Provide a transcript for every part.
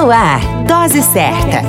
No ar, Dose Certa.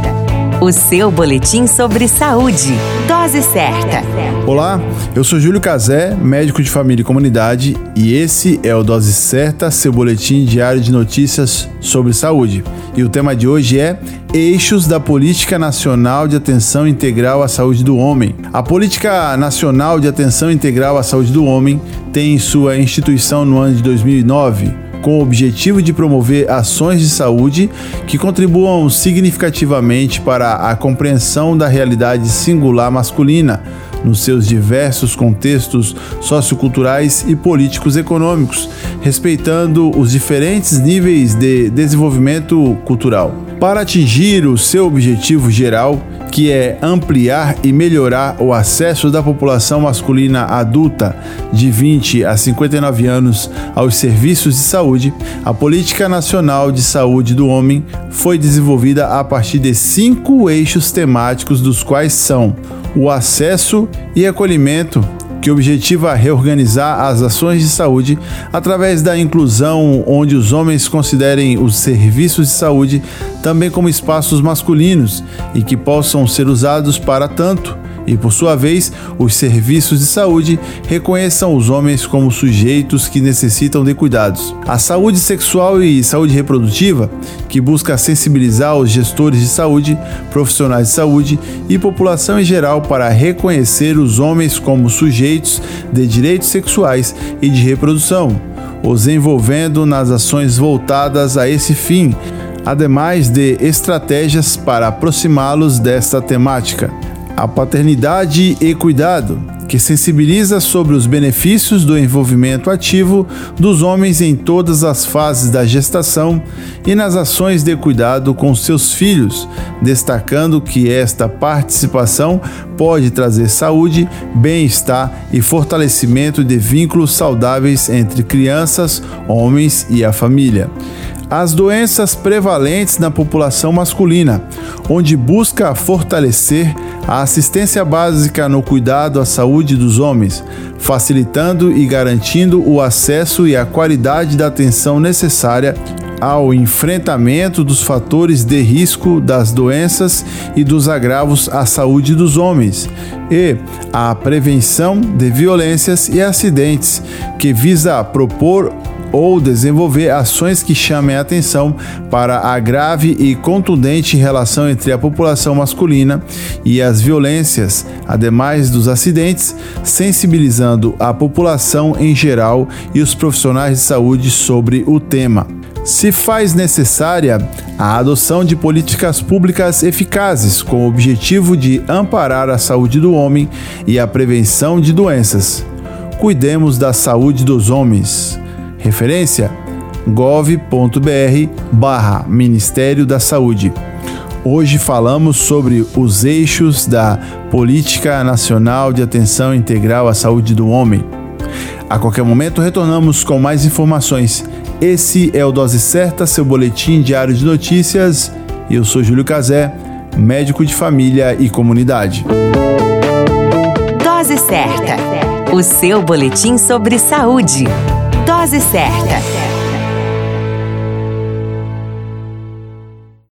O seu boletim sobre saúde. Dose Certa. Olá, eu sou Júlio Cazé, médico de família e comunidade, e esse é o Dose Certa, seu boletim diário de notícias sobre saúde. E o tema de hoje é Eixos da Política Nacional de Atenção Integral à Saúde do Homem. A Política Nacional de Atenção Integral à Saúde do Homem tem sua instituição no ano de 2009, com o objetivo de promover ações de saúde que contribuam significativamente para a compreensão da realidade singular masculina, nos seus diversos contextos socioculturais e políticos econômicos, respeitando os diferentes níveis de desenvolvimento cultural. Para atingir o seu objetivo geral, que é ampliar e melhorar o acesso da população masculina adulta de 20 a 59 anos aos serviços de saúde, a Política Nacional de Saúde do Homem foi desenvolvida a partir de 5 eixos temáticos, dos quais são o acesso e acolhimento, que objetiva reorganizar as ações de saúde através da inclusão, onde os homens considerem os serviços de saúde também como espaços masculinos e que possam ser usados para tanto, e por sua vez, os serviços de saúde reconheçam os homens como sujeitos que necessitam de cuidados. A saúde sexual e saúde reprodutiva, que busca sensibilizar os gestores de saúde, profissionais de saúde e população em geral para reconhecer os homens como sujeitos de direitos sexuais e de reprodução, os envolvendo nas ações voltadas a esse fim, ademais de estratégias para aproximá-los desta temática. A paternidade e cuidado, que sensibiliza sobre os benefícios do envolvimento ativo dos homens em todas as fases da gestação e nas ações de cuidado com seus filhos, destacando que esta participação pode trazer saúde, bem-estar e fortalecimento de vínculos saudáveis entre crianças, homens e a família. As doenças prevalentes na população masculina, onde busca fortalecer a assistência básica no cuidado à saúde dos homens, facilitando e garantindo o acesso e a qualidade da atenção necessária ao enfrentamento dos fatores de risco das doenças e dos agravos à saúde dos homens, e a prevenção de violências e acidentes, que visa propor ou desenvolver ações que chamem a atenção para a grave e contundente relação entre a população masculina e as violências, ademais dos acidentes, sensibilizando a população em geral e os profissionais de saúde sobre o tema. Se faz necessária a adoção de políticas públicas eficazes com o objetivo de amparar a saúde do homem e a prevenção de doenças. Cuidemos da saúde dos homens. Referência: gov.br/Ministério da Saúde. Hoje falamos sobre os eixos da Política Nacional de Atenção Integral à Saúde do Homem. A qualquer momento retornamos com mais informações. Esse é o Dose Certa, seu boletim diário de notícias. Eu sou Júlio Cazé, médico de família e comunidade. Dose Certa, o seu boletim sobre saúde. Dose Certa.